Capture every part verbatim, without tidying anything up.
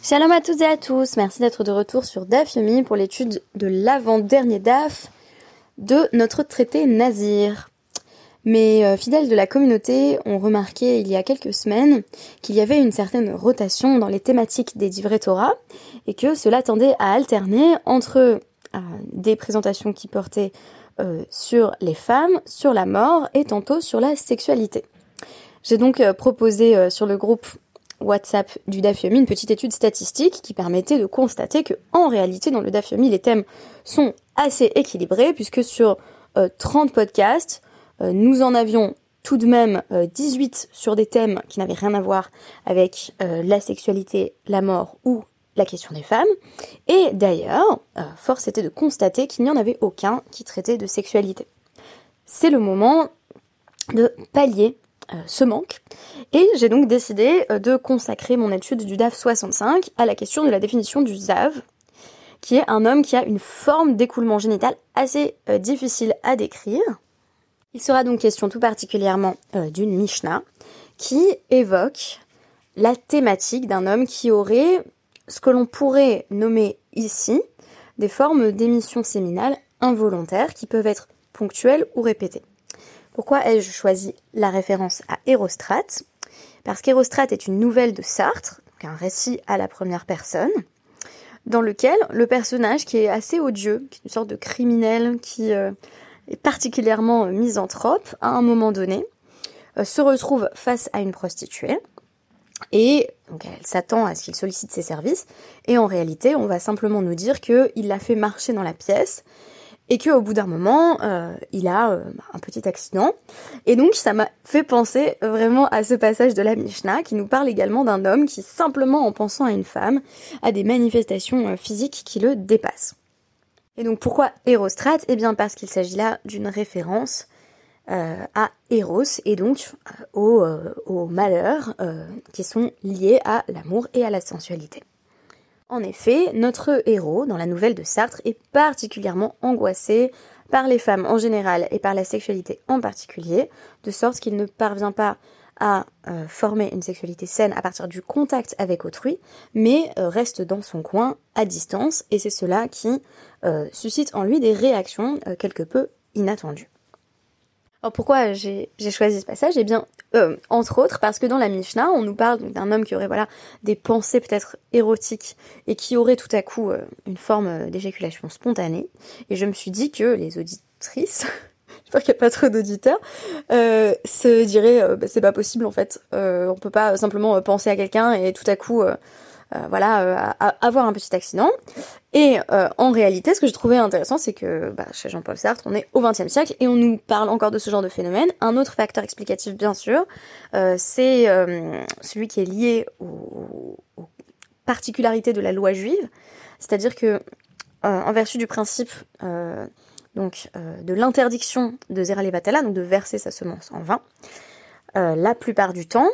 Shalom à toutes et à tous, merci d'être de retour sur Daf Yomi pour l'étude de l'avant-dernier Daf de notre traité Nazir. Mes euh, fidèles de la communauté ont remarqué il y a quelques semaines qu'il y avait une certaine rotation dans les thématiques des Divrei Torah et que cela tendait à alterner entre euh, des présentations qui portaient euh, sur les femmes, sur la mort et tantôt sur la sexualité. J'ai donc euh, proposé euh, sur le groupe WhatsApp du Daf Yomi une petite étude statistique qui permettait de constater que en réalité dans le Daf Yomi les thèmes sont assez équilibrés puisque sur euh, trente podcasts euh, nous en avions tout de même euh, dix-huit sur des thèmes qui n'avaient rien à voir avec euh, la sexualité, la mort ou la question des femmes. Et d'ailleurs, euh, force était de constater qu'il n'y en avait aucun qui traitait de sexualité. C'est le moment de pallier Euh, ce manque, et j'ai donc décidé euh, de consacrer mon étude du Daf soixante-cinq à la question de la définition du Zav, qui est un homme qui a une forme d'écoulement génital assez euh, difficile à décrire. Il sera donc question tout particulièrement euh, d'une Mishnah qui évoque la thématique d'un homme qui aurait ce que l'on pourrait nommer ici des formes d'émissions séminales involontaires qui peuvent être ponctuelles ou répétées. Pourquoi ai-je choisi la référence à Érostrate ? Parce qu'Érostrate est une nouvelle de Sartre, donc un récit à la première personne, dans lequel le personnage qui est assez odieux, qui est une sorte de criminel, qui euh, est particulièrement euh, misanthrope, à un moment donné, euh, se retrouve face à une prostituée, et donc elle s'attend à ce qu'il sollicite ses services, et en réalité, on va simplement nous dire qu'il l'a fait marcher dans la pièce, et qu'au bout d'un moment, euh, il a euh, un petit accident. Et donc, ça m'a fait penser vraiment à ce passage de la Mishnah, qui nous parle également d'un homme qui, simplement en pensant à une femme, a des manifestations euh, physiques qui le dépassent. Et donc, pourquoi Érostrate ? Eh bien, parce qu'il s'agit là d'une référence euh, à Eros, et donc euh, aux, euh, aux malheurs euh, qui sont liés à l'amour et à la sensualité. En effet, notre héros, dans la nouvelle de Sartre, est particulièrement angoissé par les femmes en général et par la sexualité en particulier, de sorte qu'il ne parvient pas à euh, former une sexualité saine à partir du contact avec autrui, mais euh, reste dans son coin, à distance, et c'est cela qui euh, suscite en lui des réactions euh, quelque peu inattendues. Alors pourquoi j'ai, j'ai choisi ce passage ? Eh bien, euh, entre autres, parce que dans la Mishnah, on nous parle donc d'un homme qui aurait voilà des pensées peut-être érotiques et qui aurait tout à coup euh, une forme d'éjaculation spontanée. Et je me suis dit que les auditrices, j'espère qu'il n'y a pas trop d'auditeurs, euh, se diraient euh, bah, c'est pas possible en fait. Euh, on peut pas simplement penser à quelqu'un et tout à coup euh, euh, voilà euh, à, à avoir un petit accident. Et euh, en réalité, ce que j'ai trouvé intéressant, c'est que bah, chez Jean-Paul Sartre, on est au vingtième siècle et on nous parle encore de ce genre de phénomène. Un autre facteur explicatif, bien sûr, euh, c'est euh, celui qui est lié aux, aux particularités de la loi juive, c'est-à-dire que, euh, en vertu du principe euh, donc euh, de l'interdiction de Zera Levatala, donc de verser sa semence en vin, euh, la plupart du temps,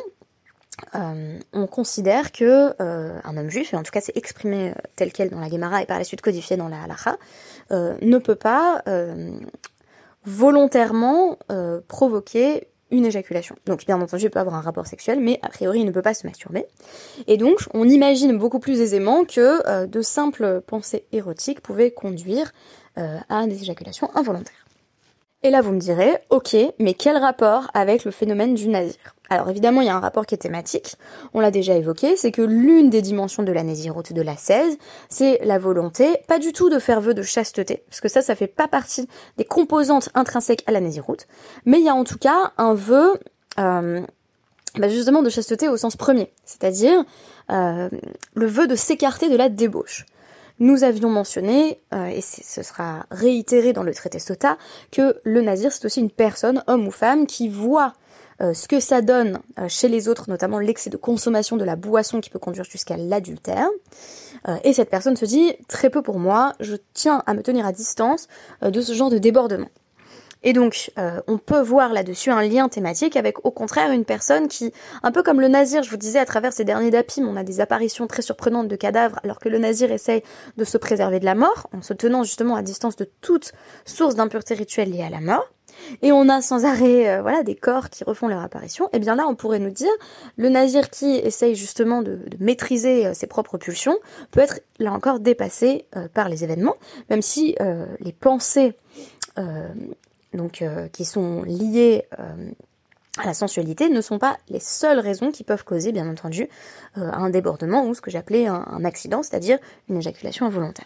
Euh, on considère que euh, un homme juif, et en tout cas c'est exprimé tel quel dans la Gemara et par la suite codifié dans la Halacha, euh, ne peut pas euh, volontairement euh, provoquer une éjaculation. Donc bien entendu il peut avoir un rapport sexuel, mais a priori il ne peut pas se masturber. Et donc on imagine beaucoup plus aisément que euh, de simples pensées érotiques pouvaient conduire euh, à des éjaculations involontaires. Et là vous me direz, ok, mais quel rapport avec le phénomène du nazir ? Alors évidemment il y a un rapport qui est thématique, on l'a déjà évoqué, c'est que l'une des dimensions de la naziroute de l'ascèse, c'est la volonté, pas du tout de faire vœu de chasteté, parce que ça, ça fait pas partie des composantes intrinsèques à la naziroute, mais il y a en tout cas un vœu, euh, bah justement de chasteté au sens premier, c'est-à-dire euh, le vœu de s'écarter de la débauche. Nous avions mentionné, euh, et ce sera réitéré dans le traité Sota, que le nazir c'est aussi une personne, homme ou femme, qui voit euh, ce que ça donne euh, chez les autres, notamment l'excès de consommation de la boisson qui peut conduire jusqu'à l'adultère. Euh, et cette personne se dit, très peu pour moi, je tiens à me tenir à distance euh, de ce genre de débordement. Et donc, euh, on peut voir là-dessus un lien thématique avec, au contraire, une personne qui, un peu comme le nazir, je vous disais, à travers ces derniers dapim, on a des apparitions très surprenantes de cadavres, alors que le nazir essaye de se préserver de la mort, en se tenant justement à distance de toute source d'impureté rituelle liée à la mort. et on a sans arrêt euh, voilà, des corps qui refont leur apparition, et bien là on pourrait nous dire, le nazir qui essaye justement de, de maîtriser euh, ses propres pulsions peut être là encore dépassé euh, par les événements, même si euh, les pensées euh, donc, euh, qui sont liées euh, à la sensualité ne sont pas les seules raisons qui peuvent causer bien entendu euh, un débordement ou ce que j'appelais un, un accident, c'est-à-dire une éjaculation involontaire.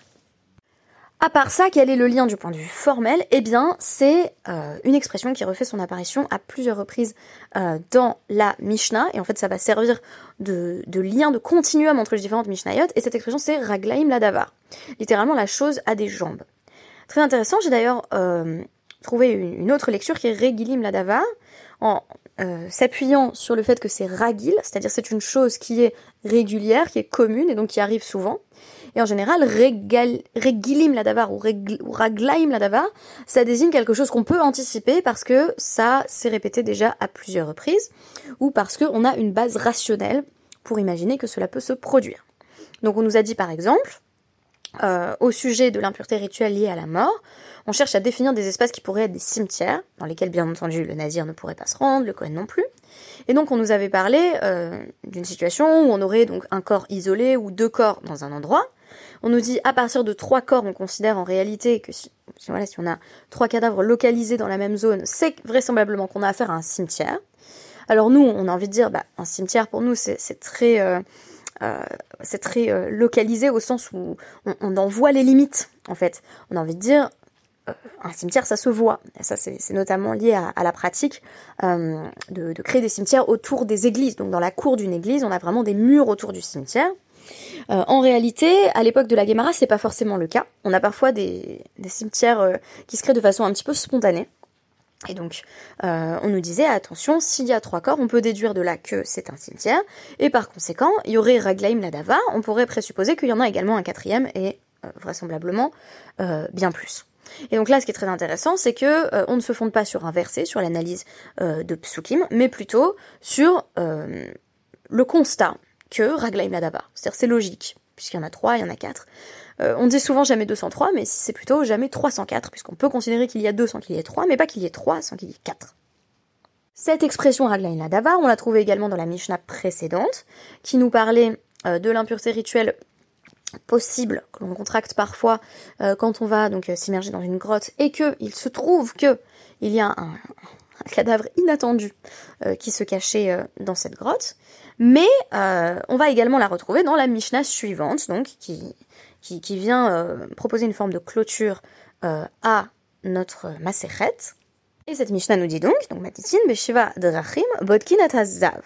À part ça, quel est le lien du point de vue formel ? Eh bien, c'est euh, une expression qui refait son apparition à plusieurs reprises euh, dans la Mishnah, et en fait ça va servir de, de lien, de continuum entre les différentes Mishnayot, et cette expression c'est Raglaim Ladavar, littéralement la chose a des jambes. Très intéressant, j'ai d'ailleurs euh, trouvé une, une autre lecture qui est Regilim Ladavar, en euh, s'appuyant sur le fait que c'est Ragil, c'est-à-dire c'est une chose qui est régulière, qui est commune, et donc qui arrive souvent. Et en général, regal, regilim ladavar ou, regl, ou raglaim ladavar, ça désigne quelque chose qu'on peut anticiper parce que ça s'est répété déjà à plusieurs reprises, ou parce qu'on a une base rationnelle pour imaginer que cela peut se produire. Donc on nous a dit par exemple, euh, au sujet de l'impureté rituelle liée à la mort, on cherche à définir des espaces qui pourraient être des cimetières, dans lesquels bien entendu le nazir ne pourrait pas se rendre, le Kohen non plus. Et donc on nous avait parlé euh, d'une situation où on aurait donc un corps isolé ou deux corps dans un endroit. On nous dit à partir de trois corps, on considère en réalité que si, si, voilà, si on a trois cadavres localisés dans la même zone, c'est vraisemblablement qu'on a affaire à un cimetière. Alors nous, on a envie de dire, bah, un cimetière pour nous c'est, c'est très, euh, euh, c'est très euh, localisé au sens où on, on en voit les limites en fait. On a envie de dire, euh, un cimetière ça se voit. Et ça c'est, c'est notamment lié à, à la pratique euh, de, de créer des cimetières autour des églises. Donc dans la cour d'une église, on a vraiment des murs autour du cimetière. Euh, en réalité, à l'époque de la Guémara, c'est pas forcément le cas. On a parfois des, des cimetières euh, qui se créent de façon un petit peu spontanée. Et donc, euh, on nous disait, attention, s'il y a trois corps, on peut déduire de là que c'est un cimetière, et par conséquent, il y aurait Raglaim Ladava, on pourrait présupposer qu'il y en a également un quatrième, et euh, vraisemblablement euh, bien plus. Et donc là, ce qui est très intéressant, c'est que euh, on ne se fonde pas sur un verset, sur l'analyse euh, de Psukim, mais plutôt sur euh, le constat que Raglaim Ladava. C'est-à-dire c'est logique, puisqu'il y en a trois, il y en a quatre. Euh, on dit souvent jamais deux cent trois, mais c'est plutôt jamais trois cent quatre, puisqu'on peut considérer qu'il y a deux sans qu'il y ait trois, mais pas qu'il y ait trois sans qu'il y ait quatre. Cette expression Raglaim Ladava, on l'a trouvée également dans la Mishnah précédente, qui nous parlait euh, de l'impureté rituelle possible que l'on contracte parfois euh, quand on va donc euh, s'immerger dans une grotte, et que il se trouve que il y a un, un cadavre inattendu euh, qui se cachait euh, dans cette grotte. Mais euh, on va également la retrouver dans la Mishnah suivante, donc qui, qui, qui vient euh, proposer une forme de clôture euh, à notre Masechet. Et cette Mishnah nous dit donc, donc Matitin Beshiva Drachim Bodkin Atazav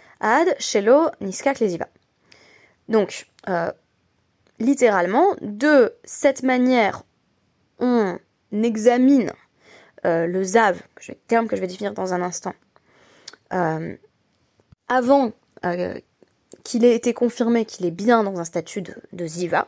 Ad Shelo Niskak Leziva. Donc, euh, littéralement, de cette manière, on examine euh, le Zav, terme que je vais définir dans un instant, euh, avant Euh, qu'il ait été confirmé qu'il est bien dans un statut de, de Ziva.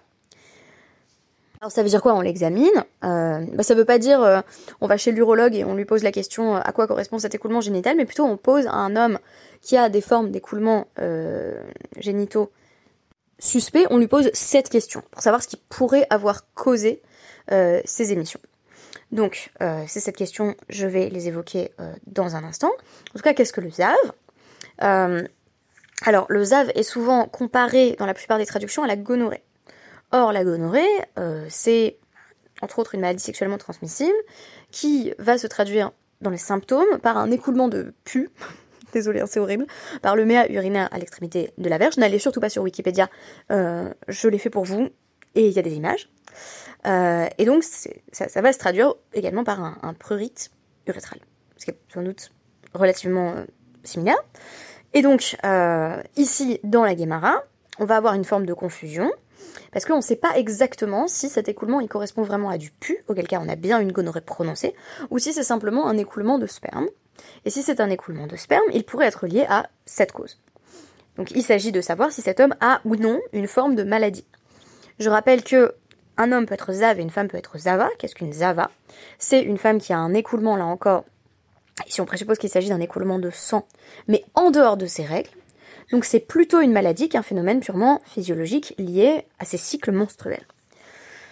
Alors ça veut dire quoi? On l'examine. Euh, bah ça veut pas dire euh, on va chez l'urologue et on lui pose la question euh, à quoi correspond cet écoulement génital, mais plutôt on pose à un homme qui a des formes d'écoulement euh, génitaux suspects, on lui pose cette question pour savoir ce qui pourrait avoir causé euh, ces émissions. Donc euh, c'est cette question, je vais les évoquer euh, dans un instant. En tout cas, qu'est-ce que le Zav? euh, Alors, le Zav est souvent comparé, dans la plupart des traductions, à la gonorrhée. Or, la gonorrhée, euh, c'est, entre autres, une maladie sexuellement transmissible, qui va se traduire dans les symptômes par un écoulement de pus, désolé, c'est horrible, par le méa urinaire à l'extrémité de la verge. N'allez surtout pas sur Wikipédia, euh, je l'ai fait pour vous, et il y a des images. Euh, et donc, ça, ça va se traduire également par un, un prurite urétral, ce qui est sans doute relativement euh, similaire. Et donc, euh, ici, dans la Guémara, on va avoir une forme de confusion, parce qu'on ne sait pas exactement si cet écoulement il correspond vraiment à du pus, auquel cas on a bien une gonorrhée prononcée, ou si c'est simplement un écoulement de sperme. Et si c'est un écoulement de sperme, il pourrait être lié à cette cause. Donc il s'agit de savoir si cet homme a ou non une forme de maladie. Je rappelle que un homme peut être Zav et une femme peut être Zava. Qu'est-ce qu'une Zava? C'est une femme qui a un écoulement, là encore, si on présuppose qu'il s'agit d'un écoulement de sang, mais en dehors de ses règles, donc c'est plutôt une maladie qu'un phénomène purement physiologique lié à ses cycles menstruels.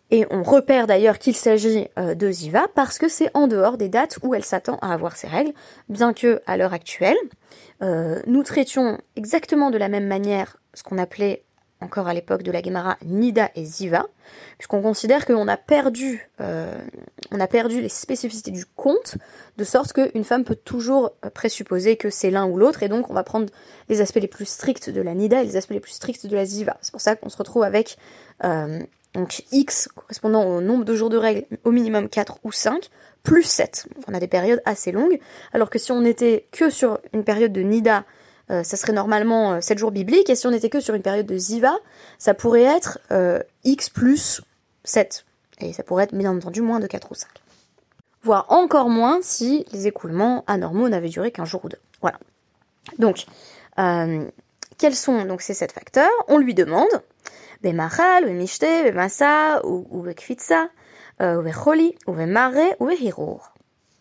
Et on repère d'ailleurs qu'il s'agit euh, de Ziva parce que c'est en dehors des dates où elle s'attend à avoir ses règles, bien que à l'heure actuelle, euh, nous traitions exactement de la même manière ce qu'on appelait encore à l'époque de la Gemara Nida et Ziva, puisqu'on considère qu'on a perdu, euh, on a perdu les spécificités du conte, de sorte qu'une femme peut toujours présupposer que c'est l'un ou l'autre, et donc on va prendre les aspects les plus stricts de la Nida et les aspects les plus stricts de la Ziva. C'est pour ça qu'on se retrouve avec euh, donc X correspondant au nombre de jours de règles, au minimum quatre ou cinq, plus sept. Donc on a des périodes assez longues, alors que si on était que sur une période de Nida, Euh, ça serait normalement euh, sept jours bibliques, et si on n'était que sur une période de Ziva, ça pourrait être euh, X plus sept. Et ça pourrait être bien entendu moins de quatre ou cinq. Voire encore moins si les écoulements anormaux n'avaient duré qu'un jour ou deux. Voilà. Donc, euh, quels sont donc ces sept facteurs? On lui demande Bemachal, Bemishte, Bemasa, ou Bekfitsa, ou Becholi, ou Bemare, ou Behirur.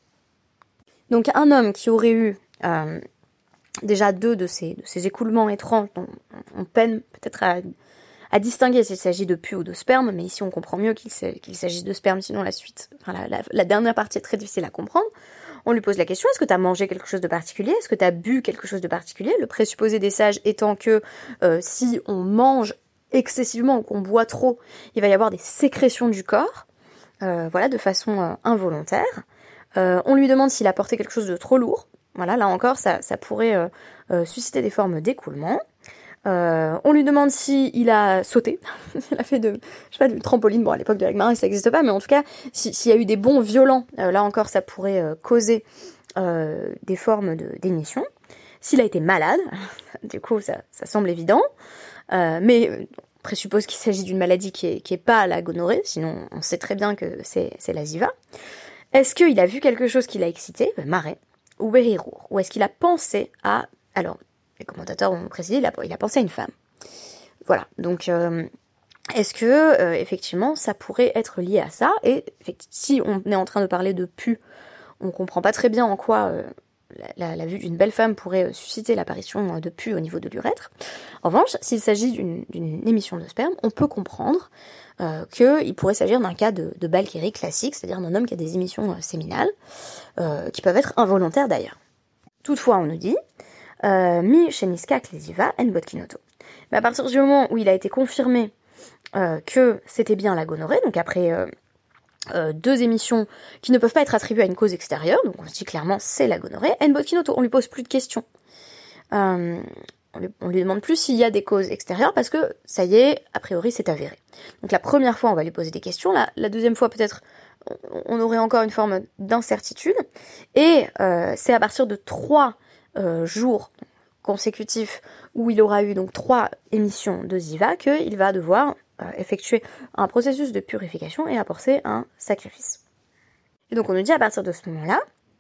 Donc un homme qui aurait eu euh, déjà deux de ces, de ces écoulements étranges, on, on peine peut-être à, à distinguer s'il s'agit de pu ou de sperme, mais ici on comprend mieux qu'il, qu'il s'agisse de sperme, sinon la suite, enfin la, la, la dernière partie est très difficile à comprendre. On lui pose la question, est-ce que tu as mangé quelque chose de particulier? Est-ce que tu as bu quelque chose de particulier? Le présupposé des sages étant que euh, si on mange excessivement ou qu'on boit trop, il va y avoir des sécrétions du corps, euh, voilà, de façon euh, involontaire. Euh, on lui demande s'il a porté quelque chose de trop lourd. Voilà, là encore, ça, ça pourrait euh, euh, susciter des formes d'écoulement. Euh, on lui demande s'il a sauté, il a fait de, je sais pas, du trampoline. Bon, à l'époque de la Gemara, ça n'existe pas, mais en tout cas, si, s'il y a eu des bonds violents, euh, là encore, ça pourrait euh, causer euh, des formes de, d'émission. S'il a été malade, du coup, ça, ça semble évident, euh, mais euh, on présuppose qu'il s'agit d'une maladie qui est, qui est pas la gonorrhée, sinon on sait très bien que c'est, c'est la Ziva. Est-ce qu'il a vu quelque chose qui l'a excité? Ben, marée. Ou Behirur, ou est-ce qu'il a pensé à... Alors, les commentateurs ont précisé, il a, il a pensé à une femme. Voilà, donc euh, est-ce que, euh, effectivement, ça pourrait être lié à ça? Et si on est en train de parler de pu, on comprend pas très bien en quoi euh, la, la, la vue d'une belle femme pourrait susciter l'apparition de pu au niveau de l'urètre. En revanche, s'il s'agit d'une, d'une émission de sperme, on peut comprendre euh, qu'il pourrait s'agir d'un cas de, de Balkiri classique, c'est-à-dire d'un homme qui a des émissions euh, séminales, euh, qui peuvent être involontaires d'ailleurs. Toutefois, on nous dit euh, Mi Sheniska Klesiva en Botkinoto. Mais à partir du moment où il a été confirmé euh, que c'était bien la gonorrhée, donc après euh, euh, deux émissions qui ne peuvent pas être attribuées à une cause extérieure, donc on se dit clairement c'est la gonorrhée, en Botkinoto, on lui pose plus de questions. Euh, on, lui, on lui demande plus s'il y a des causes extérieures parce que ça y est, a priori c'est avéré. Donc la première fois on va lui poser des questions, la, la deuxième fois peut-être on aurait encore une forme d'incertitude, et euh, c'est à partir de trois euh, jours consécutifs où il aura eu donc trois émissions de Ziva qu'il va devoir euh, effectuer un processus de purification et apporter un sacrifice. Et donc on nous dit à partir de ce moment-là,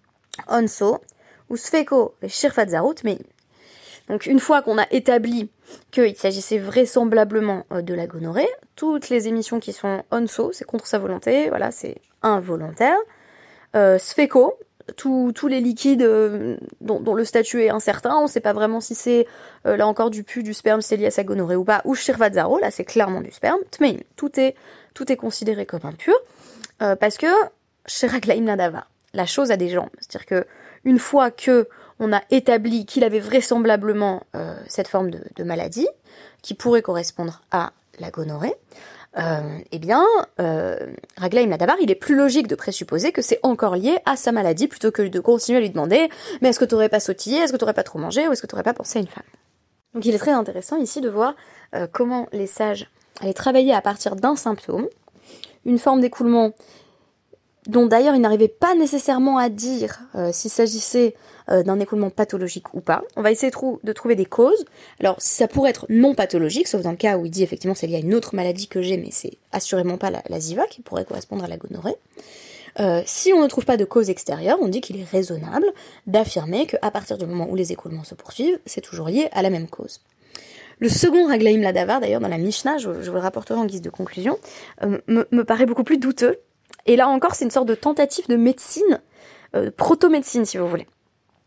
onso ou sfeko shirfat zarut mais donc une fois qu'on a établi qu'il s'agissait vraisemblablement de la gonorrhée, toutes les émissions qui sont onso, c'est contre sa volonté, voilà, c'est involontaire. Euh, sfeko, tous les liquides euh, dont, dont le statut est incertain, on ne sait pas vraiment si c'est euh, là encore du pu, du sperme, c'est lié à sa gonorrhée ou pas, ou shirvat zaro, là c'est clairement du sperme, tmeim, tout est, tout est considéré comme impur, euh, parce que shiraglaim nadava, la chose a des jambes, c'est-à-dire que une fois que on a établi qu'il avait vraisemblablement euh, cette forme de, de maladie, qui pourrait correspondre à la gonorrhée, euh, eh bien, euh, Raglaim Nadavar, il est plus logique de présupposer que c'est encore lié à sa maladie, plutôt que de continuer à lui demander « Mais est-ce que t'aurais pas sautillé? Est-ce que t'aurais pas trop mangé? Ou est-ce que t'aurais pas pensé à une femme ?» Donc il est très intéressant ici de voir euh, comment les sages allaient travailler à partir d'un symptôme, une forme d'écoulement dont d'ailleurs il n'arrivait pas nécessairement à dire euh, s'il s'agissait euh, d'un écoulement pathologique ou pas. On va essayer de, trou- de trouver des causes. Alors ça pourrait être non pathologique, sauf dans le cas où il dit effectivement c'est lié à une autre maladie que j'ai, mais c'est assurément pas la, la Ziva qui pourrait correspondre à la gonorrhée. Euh, si on ne trouve pas de cause extérieure, on dit qu'il est raisonnable d'affirmer qu'à partir du moment où les écoulements se poursuivent, c'est toujours lié à la même cause. Le second Raglaim Ladavar, d'ailleurs dans la Mishnah, je, je vous le rapporterai en guise de conclusion, euh, me, me paraît beaucoup plus douteux. Et là encore, c'est une sorte de tentative de médecine, euh, proto-médecine si vous voulez.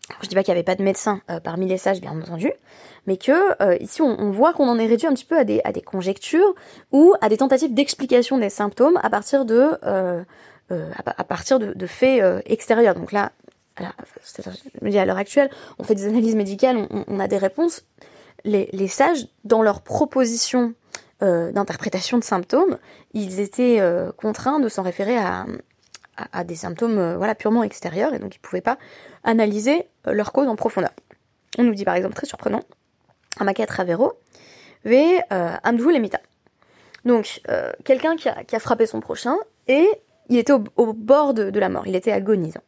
je dis pas qu'il n'y avait pas de médecins euh, parmi les sages, bien entendu, mais que euh, ici on, on voit qu'on en est réduit un petit peu à des, à des conjectures ou à des tentatives d'explication des symptômes à partir de, euh, euh, à, à partir de, de faits euh, extérieurs. Donc là, là je me dis à l'heure actuelle, on fait des analyses médicales, on, on a des réponses. Les, les sages, dans leur proposition euh, d'interprétation de symptômes, ils étaient euh, contraints de s'en référer à, à, à des symptômes euh, voilà, purement extérieurs, et donc ils ne pouvaient pas analyser euh, leur cause en profondeur. On nous dit par exemple, très surprenant, Amaka Travero, ve euh, Amdou Lemita. Donc, euh, quelqu'un qui a, qui a frappé son prochain, et il était au, au bord de, de la mort, il était agonisant.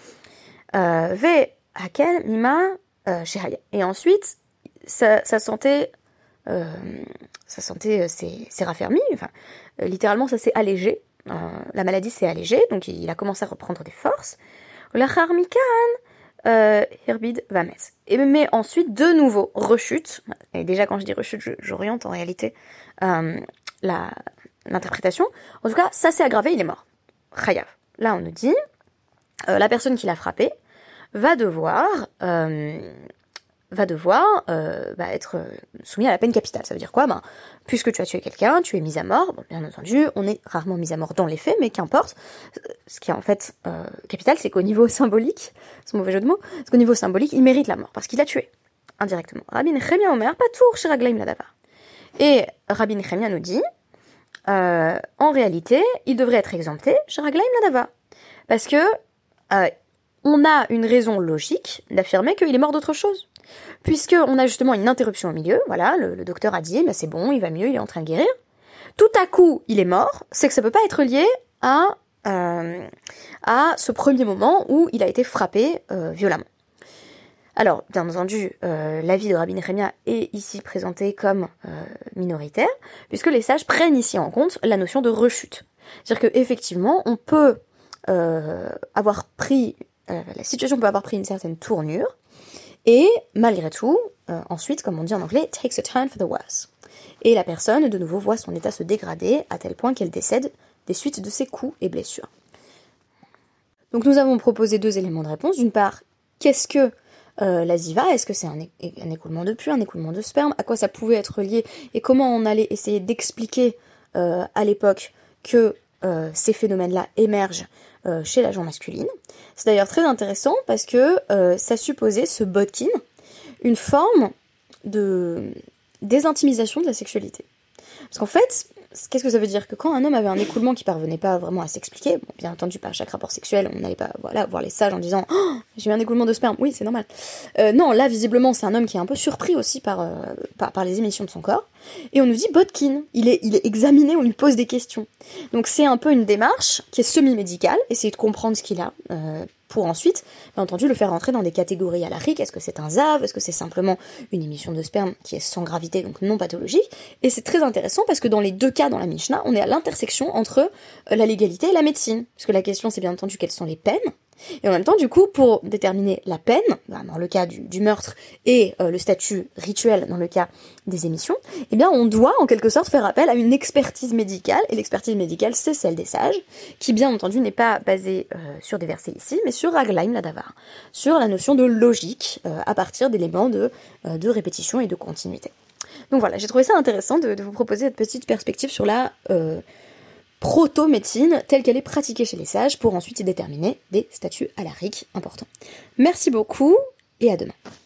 Euh, ve Hakel Mima euh, Shehaya. Et ensuite, sa, sa santé, euh, sa santé s'est, s'est raffermie, enfin, euh, littéralement ça s'est allégé, euh, la maladie s'est allégée, donc il a commencé à reprendre des forces. Lachar Mikan, euh, Herbid Vames. Et mais ensuite, de nouveau, rechute, et déjà quand je dis rechute, je, j'oriente en réalité euh, la, l'interprétation, en tout cas, ça s'est aggravé, il est mort. Chayav. Là on nous dit, euh, la personne qui l'a frappé va devoir... Euh, va devoir euh, bah, être soumis à la peine capitale. Ça veut dire quoi ? Ben, puisque tu as tué quelqu'un, tu es mis à mort. Bon, bien entendu, on est rarement mis à mort dans les faits, mais qu'importe. Ce qui est en fait euh, capital, c'est qu'au niveau symbolique, c'est un mauvais jeu de mots, c'est qu'au niveau symbolique, il mérite la mort, parce qu'il a tué, indirectement. Rabbi Nechemia Omer, Patour, chez Raglaim Ladavar. Et Rabbi Nechemia nous dit, euh, en réalité, il devrait être exempté chez Raglaim Ladavar. Parce que euh, on a une raison logique d'affirmer qu'il est mort d'autre chose. Puisqu'on a justement une interruption au milieu, voilà, le, le docteur a dit, bah c'est bon, il va mieux, il est en train de guérir. Tout à coup, il est mort, c'est que ça peut pas être lié à, euh, à ce premier moment où il a été frappé euh, violemment. Alors, bien entendu, euh, l'avis de Rabbi Nechemia est ici présenté comme euh, minoritaire, puisque les sages prennent ici en compte la notion de rechute. C'est-à-dire qu'effectivement, on peut euh, avoir pris, euh, la situation peut avoir pris une certaine tournure, et malgré tout, euh, ensuite, comme on dit en anglais, takes a turn for the worse. Et la personne, de nouveau, voit son état se dégrader à tel point qu'elle décède des suites de ses coups et blessures. Donc nous avons proposé deux éléments de réponse. D'une part, qu'est-ce que euh, la ziva ? Est-ce que c'est un, é- un écoulement de pus, un écoulement de sperme ? À quoi ça pouvait être lié ? Et comment on allait essayer d'expliquer euh, à l'époque que euh, ces phénomènes-là émergent Euh, chez l'agent masculine. C'est d'ailleurs très intéressant parce que euh, ça supposait, ce bodkin, une forme de désintimisation de la sexualité. Parce qu'en fait, qu'est-ce que ça veut dire ? Que quand un homme avait un écoulement qui parvenait pas vraiment à s'expliquer, bon, bien entendu, pas à chaque rapport sexuel, on n'allait pas voilà, voir les sages en disant oh, « j'ai eu un écoulement de sperme », oui, c'est normal. Euh, non, là, visiblement, c'est un homme qui est un peu surpris aussi par, euh, par, par les émissions de son corps, et on nous dit « bodkin », il est, il est examiné, on lui pose des questions. Donc c'est un peu une démarche qui est semi-médicale, essayer de comprendre ce qu'il a, euh, pour ensuite, bien entendu, le faire rentrer dans des catégories à la R I C. Est-ce que c'est un Z A V ? Est-ce que c'est simplement une émission de sperme qui est sans gravité, donc non pathologique ? Et c'est très intéressant parce que dans les deux cas, dans la Mishnah, on est à l'intersection entre euh, la légalité et la médecine. Parce que la question, c'est bien entendu quelles sont les peines. Et en même temps, du coup, pour déterminer la peine, dans le cas du, du meurtre, et euh, le statut rituel dans le cas des émissions, eh bien, on doit, en quelque sorte, faire appel à une expertise médicale, et l'expertise médicale, c'est celle des sages, qui, bien entendu, n'est pas basée euh, sur des versets ici, mais sur Raglaim Ladavar, sur la notion de logique, euh, à partir d'éléments de, euh, de répétition et de continuité. Donc voilà, j'ai trouvé ça intéressant de, de vous proposer cette petite perspective sur la... Euh, proto-médecine telle qu'elle est pratiquée chez les sages pour ensuite y déterminer des statuts à la R I C importants. Merci beaucoup et à demain.